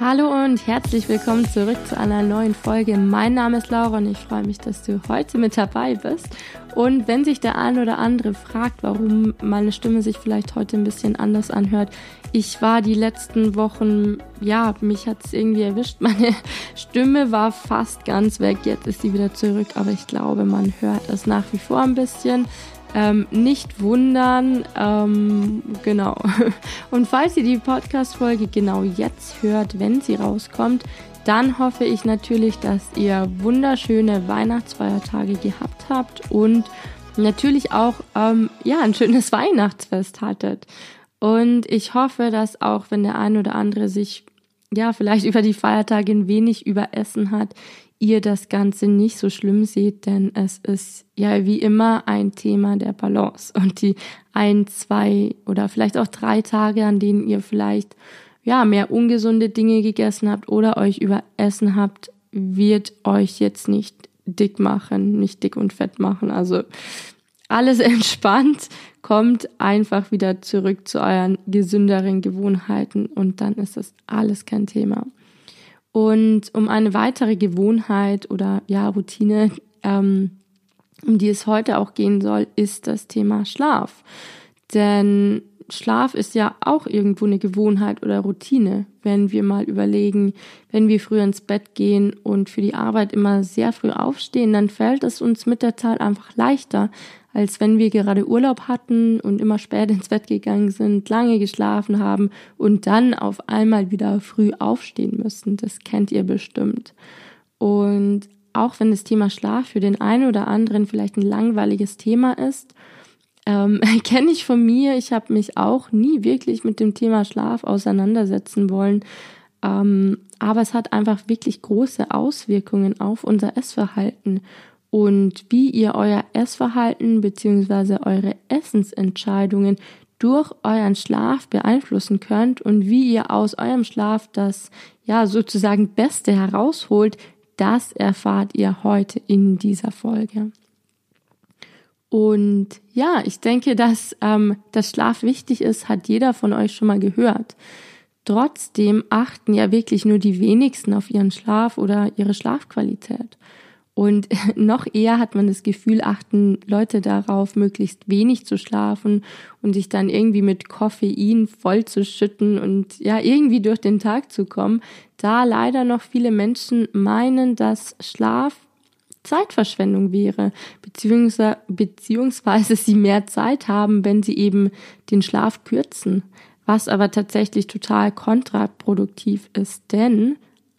Hallo und herzlich willkommen zurück zu einer neuen Folge. Mein Name ist Laura und ich freue mich, dass du heute mit dabei bist. Und wenn sich der ein oder andere fragt, warum meine Stimme sich vielleicht heute ein bisschen anders anhört, ich war die letzten Wochen, mich hat es irgendwie erwischt. Meine Stimme war fast ganz weg, jetzt ist sie wieder zurück, aber ich glaube, man hört es nach wie vor ein bisschen. Nicht wundern, genau. Und falls ihr die Podcast-Folge genau jetzt hört, wenn sie rauskommt, dann hoffe ich natürlich, dass ihr wunderschöne Weihnachtsfeiertage gehabt habt und natürlich auch ein schönes Weihnachtsfest hattet. Und ich hoffe, dass auch, wenn der ein oder andere sich vielleicht über die Feiertage ein wenig überessen hat, ihr das Ganze nicht so schlimm seht, denn es ist ja wie immer ein Thema der Balance und die 1, 2 oder vielleicht auch 3 Tage, an denen ihr vielleicht mehr ungesunde Dinge gegessen habt oder euch überessen habt, wird euch jetzt nicht dick machen, nicht dick und fett machen. Also alles entspannt, kommt einfach wieder zurück zu euren gesünderen Gewohnheiten und dann ist das alles kein Thema. Und um eine weitere Gewohnheit oder Routine, um die es heute auch gehen soll, ist das Thema Schlaf. Denn Schlaf ist ja auch irgendwo eine Gewohnheit oder Routine. Wenn wir mal überlegen, wenn wir früher ins Bett gehen und für die Arbeit immer sehr früh aufstehen, dann fällt es uns mit der Zeit einfach leichter, als wenn wir gerade Urlaub hatten und immer spät ins Bett gegangen sind, lange geschlafen haben und dann auf einmal wieder früh aufstehen müssen. Das kennt ihr bestimmt. Und auch wenn das Thema Schlaf für den einen oder anderen vielleicht ein langweiliges Thema ist, kenne ich von mir, ich habe mich auch nie wirklich mit dem Thema Schlaf auseinandersetzen wollen, aber es hat einfach wirklich große Auswirkungen auf unser Essverhalten. Und wie ihr euer Essverhalten bzw. eure Essensentscheidungen durch euren Schlaf beeinflussen könnt und wie ihr aus eurem Schlaf das sozusagen Beste herausholt, das erfahrt ihr heute in dieser Folge. Und ich denke, dass das Schlaf wichtig ist, hat jeder von euch schon mal gehört. Trotzdem achten ja wirklich nur die wenigsten auf ihren Schlaf oder ihre Schlafqualität. Und noch eher hat man das Gefühl, achten Leute darauf, möglichst wenig zu schlafen und sich dann irgendwie mit Koffein vollzuschütten und irgendwie durch den Tag zu kommen, da leider noch viele Menschen meinen, dass Schlaf Zeitverschwendung wäre, beziehungsweise sie mehr Zeit haben, wenn sie eben den Schlaf kürzen, was aber tatsächlich total kontraproduktiv ist, denn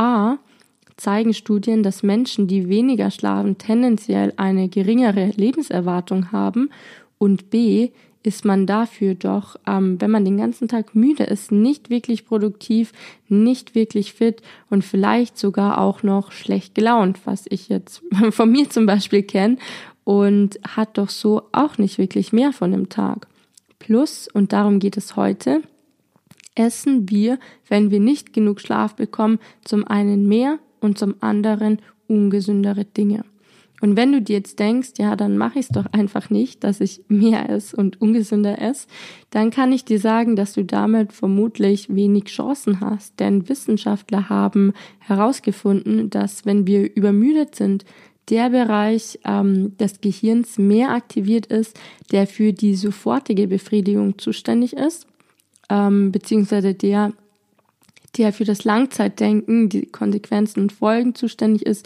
zeigen Studien, dass Menschen, die weniger schlafen, tendenziell eine geringere Lebenserwartung haben und B, ist man dafür doch, wenn man den ganzen Tag müde ist, nicht wirklich produktiv, nicht wirklich fit und vielleicht sogar auch noch schlecht gelaunt, was ich jetzt von mir zum Beispiel kenne und hat doch so auch nicht wirklich mehr von dem Tag. Plus, und darum geht es heute, essen wir, wenn wir nicht genug Schlaf bekommen, zum einen mehr und zum anderen ungesündere Dinge. Und wenn du dir jetzt denkst, dann mache ich es doch einfach nicht, dass ich mehr esse und ungesünder esse, dann kann ich dir sagen, dass du damit vermutlich wenig Chancen hast. Denn Wissenschaftler haben herausgefunden, dass wenn wir übermüdet sind, der Bereich des Gehirns mehr aktiviert ist, der für die sofortige Befriedigung zuständig ist, beziehungsweise der für das Langzeitdenken, die Konsequenzen und Folgen zuständig ist,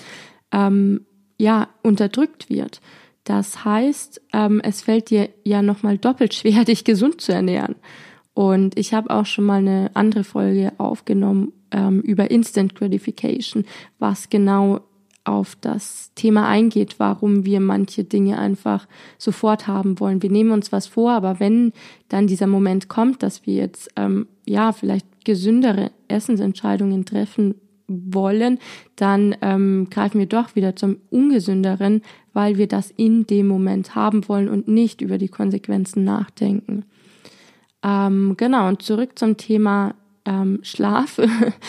unterdrückt wird. Das heißt, es fällt dir ja nochmal doppelt schwer, dich gesund zu ernähren. Und ich habe auch schon mal eine andere Folge aufgenommen über Instant Gratification, was genau auf das Thema eingeht, warum wir manche Dinge einfach sofort haben wollen. Wir nehmen uns was vor, aber wenn dann dieser Moment kommt, dass wir jetzt vielleicht gesündere Essensentscheidungen treffen wollen, dann greifen wir doch wieder zum Ungesünderen, weil wir das in dem Moment haben wollen und nicht über die Konsequenzen nachdenken. Und zurück zum Thema Schlaf.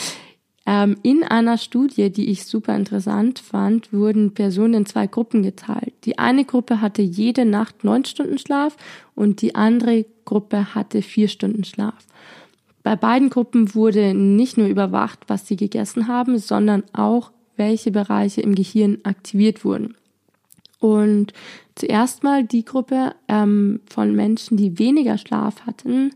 In einer Studie, die ich super interessant fand, wurden Personen in 2 Gruppen geteilt. Die eine Gruppe hatte jede Nacht 9 Stunden Schlaf und die andere Gruppe hatte 4 Stunden Schlaf. bei beiden Gruppen wurde nicht nur überwacht, was sie gegessen haben, sondern auch, welche Bereiche im Gehirn aktiviert wurden. Und zuerst mal die Gruppe von Menschen, die weniger Schlaf hatten,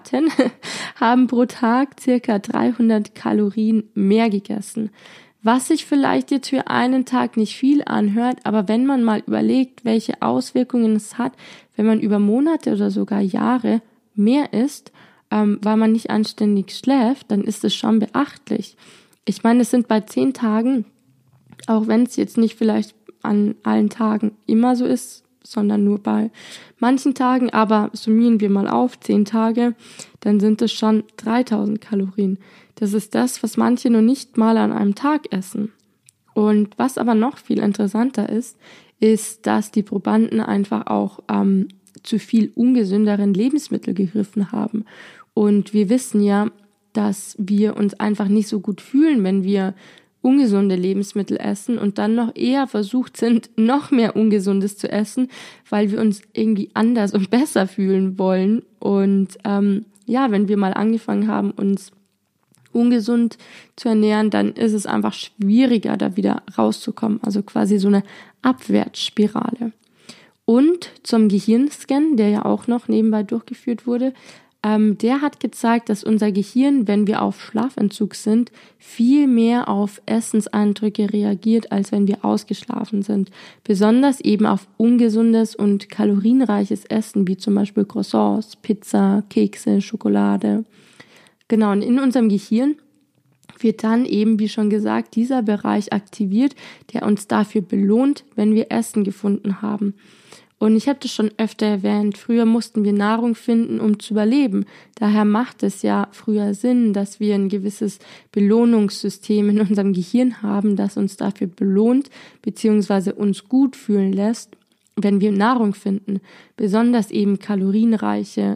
haben pro Tag circa 300 Kalorien mehr gegessen. Was sich vielleicht jetzt für einen Tag nicht viel anhört, aber wenn man mal überlegt, welche Auswirkungen es hat, wenn man über Monate oder sogar Jahre mehr isst, weil man nicht anständig schläft, dann ist es schon beachtlich. Ich meine, es sind bei 10 Tagen, auch wenn es jetzt nicht vielleicht an allen Tagen immer so ist, sondern nur bei manchen Tagen, aber summieren wir mal auf, 10 Tage, dann sind es schon 3000 Kalorien. Das ist das, was manche nur nicht mal an einem Tag essen. Und was aber noch viel interessanter ist, dass die Probanden einfach auch zu viel ungesünderen Lebensmittel gegriffen haben. Und wir wissen ja, dass wir uns einfach nicht so gut fühlen, wenn wir ungesunde Lebensmittel essen und dann noch eher versucht sind, noch mehr Ungesundes zu essen, weil wir uns irgendwie anders und besser fühlen wollen. Und wenn wir mal angefangen haben, uns ungesund zu ernähren, dann ist es einfach schwieriger, da wieder rauszukommen. Also quasi so eine Abwärtsspirale. Und zum Gehirnscan, der ja auch noch nebenbei durchgeführt wurde, der hat gezeigt, dass unser Gehirn, wenn wir auf Schlafentzug sind, viel mehr auf Essenseindrücke reagiert, als wenn wir ausgeschlafen sind. Besonders eben auf ungesundes und kalorienreiches Essen, wie zum Beispiel Croissants, Pizza, Kekse, Schokolade. Genau, und in unserem Gehirn wird dann eben, wie schon gesagt, dieser Bereich aktiviert, der uns dafür belohnt, wenn wir Essen gefunden haben. Und ich habe das schon öfter erwähnt, früher mussten wir Nahrung finden, um zu überleben. Daher macht es ja früher Sinn, dass wir ein gewisses Belohnungssystem in unserem Gehirn haben, das uns dafür belohnt bzw. uns gut fühlen lässt, wenn wir Nahrung finden. Besonders eben kalorienreiche,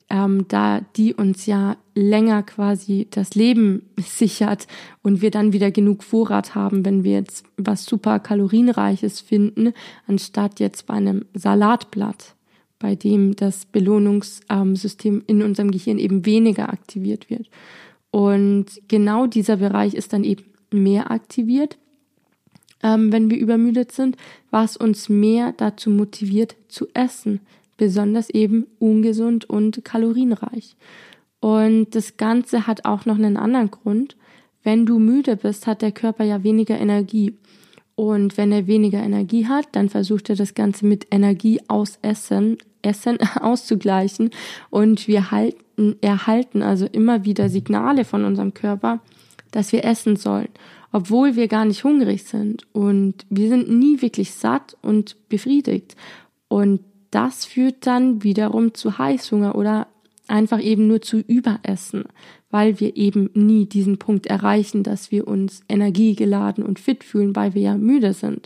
da die uns ja länger quasi das Leben sichert und wir dann wieder genug Vorrat haben, wenn wir jetzt was super kalorienreiches finden, anstatt jetzt bei einem Salatblatt, bei dem das Belohnungssystem in unserem Gehirn eben weniger aktiviert wird. Und genau dieser Bereich ist dann eben mehr aktiviert, wenn wir übermüdet sind, was uns mehr dazu motiviert zu essen, besonders eben ungesund und kalorienreich. Und das Ganze hat auch noch einen anderen Grund. Wenn du müde bist, hat der Körper ja weniger Energie. Und wenn er weniger Energie hat, dann versucht er das Ganze mit Energie aus Essen auszugleichen. Und wir erhalten also immer wieder Signale von unserem Körper, dass wir essen sollen, obwohl wir gar nicht hungrig sind. Und wir sind nie wirklich satt und befriedigt. Und das führt dann wiederum zu Heißhunger oder einfach eben nur zu Überessen, weil wir eben nie diesen Punkt erreichen, dass wir uns energiegeladen und fit fühlen, weil wir ja müde sind.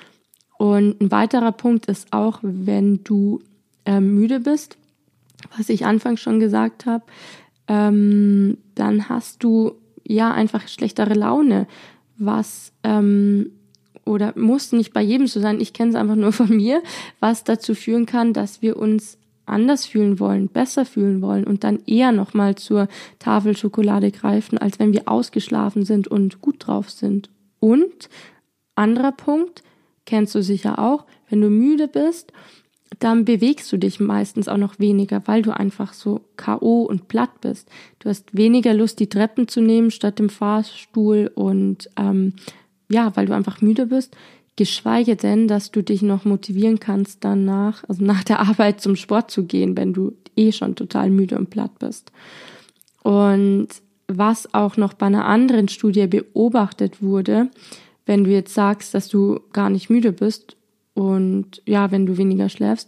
Und ein weiterer Punkt ist auch, wenn du müde bist, was ich anfangs schon gesagt habe, dann hast du ja einfach schlechtere Laune, was oder muss nicht bei jedem so sein, ich kenne es einfach nur von mir, was dazu führen kann, dass wir uns anders fühlen wollen, besser fühlen wollen und dann eher nochmal zur Tafel Schokolade greifen, als wenn wir ausgeschlafen sind und gut drauf sind. Und, anderer Punkt, kennst du sicher auch, wenn du müde bist, dann bewegst du dich meistens auch noch weniger, weil du einfach so K.O. und platt bist. Du hast weniger Lust, die Treppen zu nehmen statt dem Fahrstuhl und weil du einfach müde bist, geschweige denn, dass du dich noch motivieren kannst, danach, also nach der Arbeit zum Sport zu gehen, wenn du schon total müde und platt bist. Und was auch noch bei einer anderen Studie beobachtet wurde, wenn du jetzt sagst, dass du gar nicht müde bist und wenn du weniger schläfst,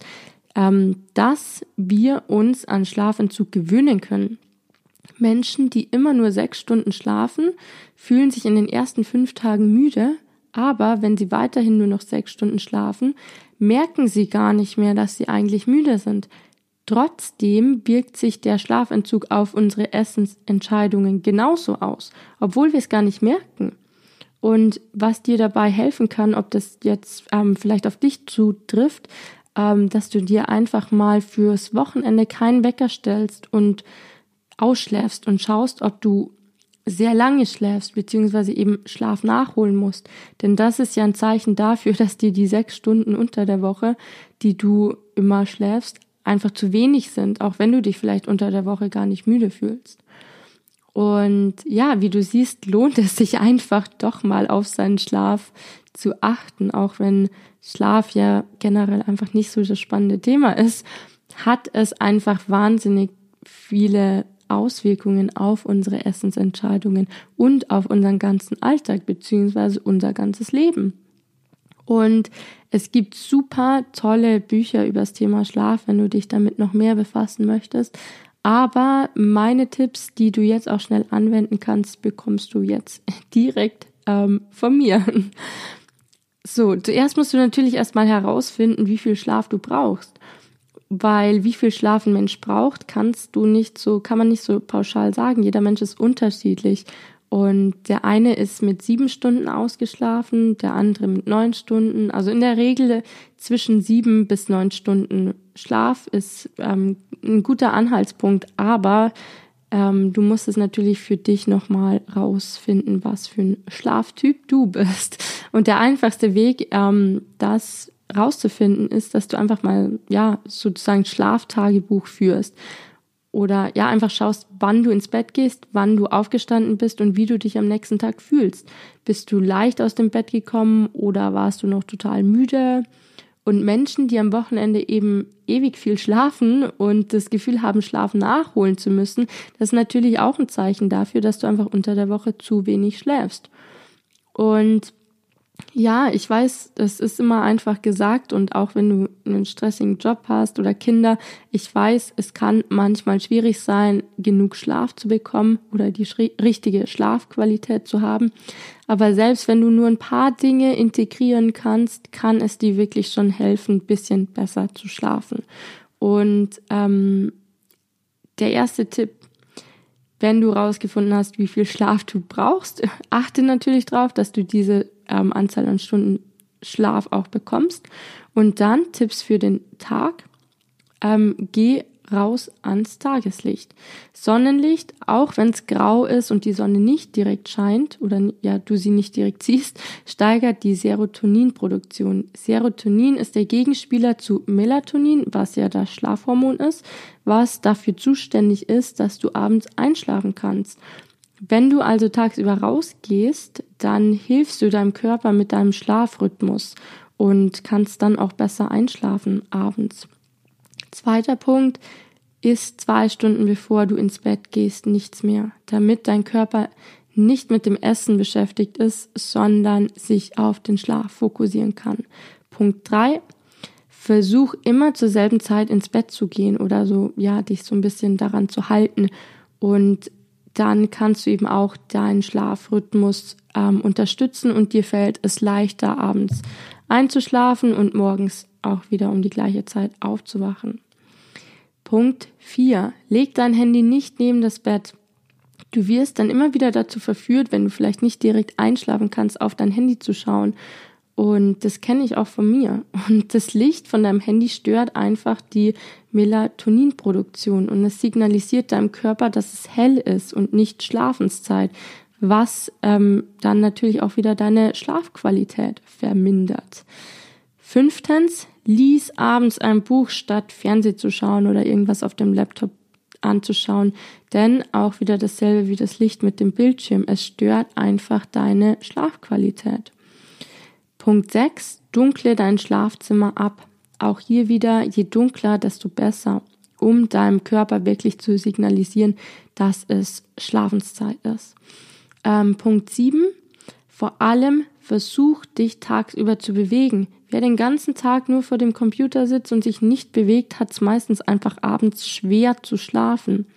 dass wir uns an Schlafentzug gewöhnen können. Menschen, die immer nur 6 Stunden schlafen, fühlen sich in den ersten 5 Tagen müde, aber wenn sie weiterhin nur noch 6 Stunden schlafen, merken sie gar nicht mehr, dass sie eigentlich müde sind. Trotzdem wirkt sich der Schlafentzug auf unsere Essensentscheidungen genauso aus, obwohl wir es gar nicht merken. Und was dir dabei helfen kann, ob das jetzt vielleicht auf dich zutrifft, dass du dir einfach mal fürs Wochenende keinen Wecker stellst und ausschläfst und schaust, ob du sehr lange schläfst, beziehungsweise eben Schlaf nachholen musst. Denn das ist ja ein Zeichen dafür, dass dir die 6 Stunden unter der Woche, die du immer schläfst, einfach zu wenig sind, auch wenn du dich vielleicht unter der Woche gar nicht müde fühlst. Und ja, wie du siehst, lohnt es sich einfach doch mal auf seinen Schlaf zu achten, auch wenn Schlaf ja generell einfach nicht so das spannende Thema ist, hat es einfach wahnsinnig viele Auswirkungen auf unsere Essensentscheidungen und auf unseren ganzen Alltag beziehungsweise unser ganzes Leben. Und es gibt super tolle Bücher über das Thema Schlaf, wenn du dich damit noch mehr befassen möchtest. Aber meine Tipps, die du jetzt auch schnell anwenden kannst, bekommst du jetzt direkt von mir. So, zuerst musst du natürlich erstmal herausfinden, wie viel Schlaf du brauchst. Weil wie viel Schlaf ein Mensch braucht, kann man nicht so pauschal sagen. Jeder Mensch ist unterschiedlich. Und der eine ist mit 7 Stunden ausgeschlafen, der andere mit 9 Stunden. Also in der Regel zwischen 7 bis 9 Stunden Schlaf ist ein guter Anhaltspunkt. Aber du musst es natürlich für dich nochmal rausfinden, was für ein Schlaftyp du bist. Und der einfachste Weg, das rauszufinden, ist, dass du einfach mal, sozusagen Schlaftagebuch führst. Oder einfach schaust, wann du ins Bett gehst, wann du aufgestanden bist und wie du dich am nächsten Tag fühlst. Bist du leicht aus dem Bett gekommen oder warst du noch total müde? Und Menschen, die am Wochenende eben ewig viel schlafen und das Gefühl haben, Schlaf nachholen zu müssen, das ist natürlich auch ein Zeichen dafür, dass du einfach unter der Woche zu wenig schläfst. Und ja, ich weiß, das ist immer einfach gesagt und auch wenn du einen stressigen Job hast oder Kinder, ich weiß, es kann manchmal schwierig sein, genug Schlaf zu bekommen oder die richtige Schlafqualität zu haben. Aber selbst wenn du nur ein paar Dinge integrieren kannst, kann es dir wirklich schon helfen, ein bisschen besser zu schlafen. Und der erste Tipp: Wenn du rausgefunden hast, wie viel Schlaf du brauchst, achte natürlich darauf, dass du diese Anzahl an Stunden Schlaf auch bekommst. Und dann Tipps für den Tag: Geh raus ans Tageslicht. Sonnenlicht, auch wenn es grau ist und die Sonne nicht direkt scheint oder du sie nicht direkt siehst, steigert die Serotoninproduktion. Serotonin ist der Gegenspieler zu Melatonin, was ja das Schlafhormon ist, was dafür zuständig ist, dass du abends einschlafen kannst. Wenn du also tagsüber rausgehst, dann hilfst du deinem Körper mit deinem Schlafrhythmus und kannst dann auch besser einschlafen abends. Zweiter Punkt: Iss 2 Stunden bevor du ins Bett gehst nichts mehr, damit dein Körper nicht mit dem Essen beschäftigt ist, sondern sich auf den Schlaf fokussieren kann. Punkt 3: Versuch immer zur selben Zeit ins Bett zu gehen oder dich so ein bisschen daran zu halten, und dann kannst du eben auch deinen Schlafrhythmus unterstützen und dir fällt es leichter, abends einzuschlafen und morgens auch wieder um die gleiche Zeit aufzuwachen. Punkt 4: Leg dein Handy nicht neben das Bett. Du wirst dann immer wieder dazu verführt, wenn du vielleicht nicht direkt einschlafen kannst, auf dein Handy zu schauen. Und das kenne ich auch von mir. Und das Licht von deinem Handy stört einfach die Melatoninproduktion und es signalisiert deinem Körper, dass es hell ist und nicht Schlafenszeit, was dann natürlich auch wieder deine Schlafqualität vermindert. 5: Lies abends ein Buch, statt Fernsehen zu schauen oder irgendwas auf dem Laptop anzuschauen, denn auch wieder dasselbe wie das Licht mit dem Bildschirm, es stört einfach deine Schlafqualität. Punkt 6: Dunkle dein Schlafzimmer ab. Auch hier wieder, je dunkler, desto besser, um deinem Körper wirklich zu signalisieren, dass es Schlafenszeit ist. Punkt 7: Vor allem versuch, dich tagsüber zu bewegen. Wer den ganzen Tag nur vor dem Computer sitzt und sich nicht bewegt, hat es meistens einfach abends schwer zu schlafen.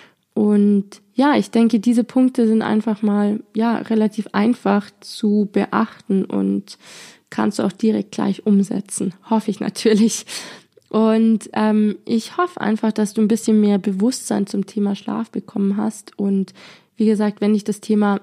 Und ich denke, diese Punkte sind einfach mal relativ einfach zu beachten und kannst du auch direkt gleich umsetzen. Hoffe ich natürlich. Und ich hoffe einfach, dass du ein bisschen mehr Bewusstsein zum Thema Schlaf bekommen hast. Und wie gesagt, wenn dich das Thema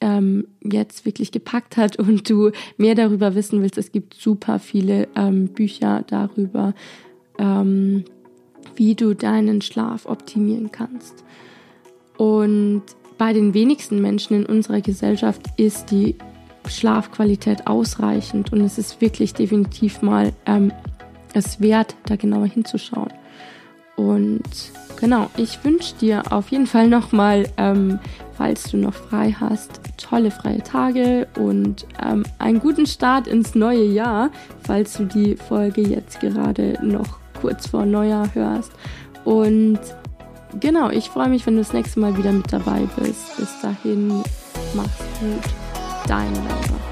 jetzt wirklich gepackt hat und du mehr darüber wissen willst, es gibt super viele Bücher darüber, wie du deinen Schlaf optimieren kannst. Und bei den wenigsten Menschen in unserer Gesellschaft ist die Schlafqualität ausreichend und es ist wirklich definitiv mal es wert, da genauer hinzuschauen. Und genau, ich wünsche dir auf jeden Fall nochmal, falls du noch frei hast, tolle freie Tage und einen guten Start ins neue Jahr, falls du die Folge jetzt gerade noch kurz vor Neujahr hörst. Und genau, ich freue mich, wenn du das nächste Mal wieder mit dabei bist. Bis dahin, mach's gut. Deine Laura.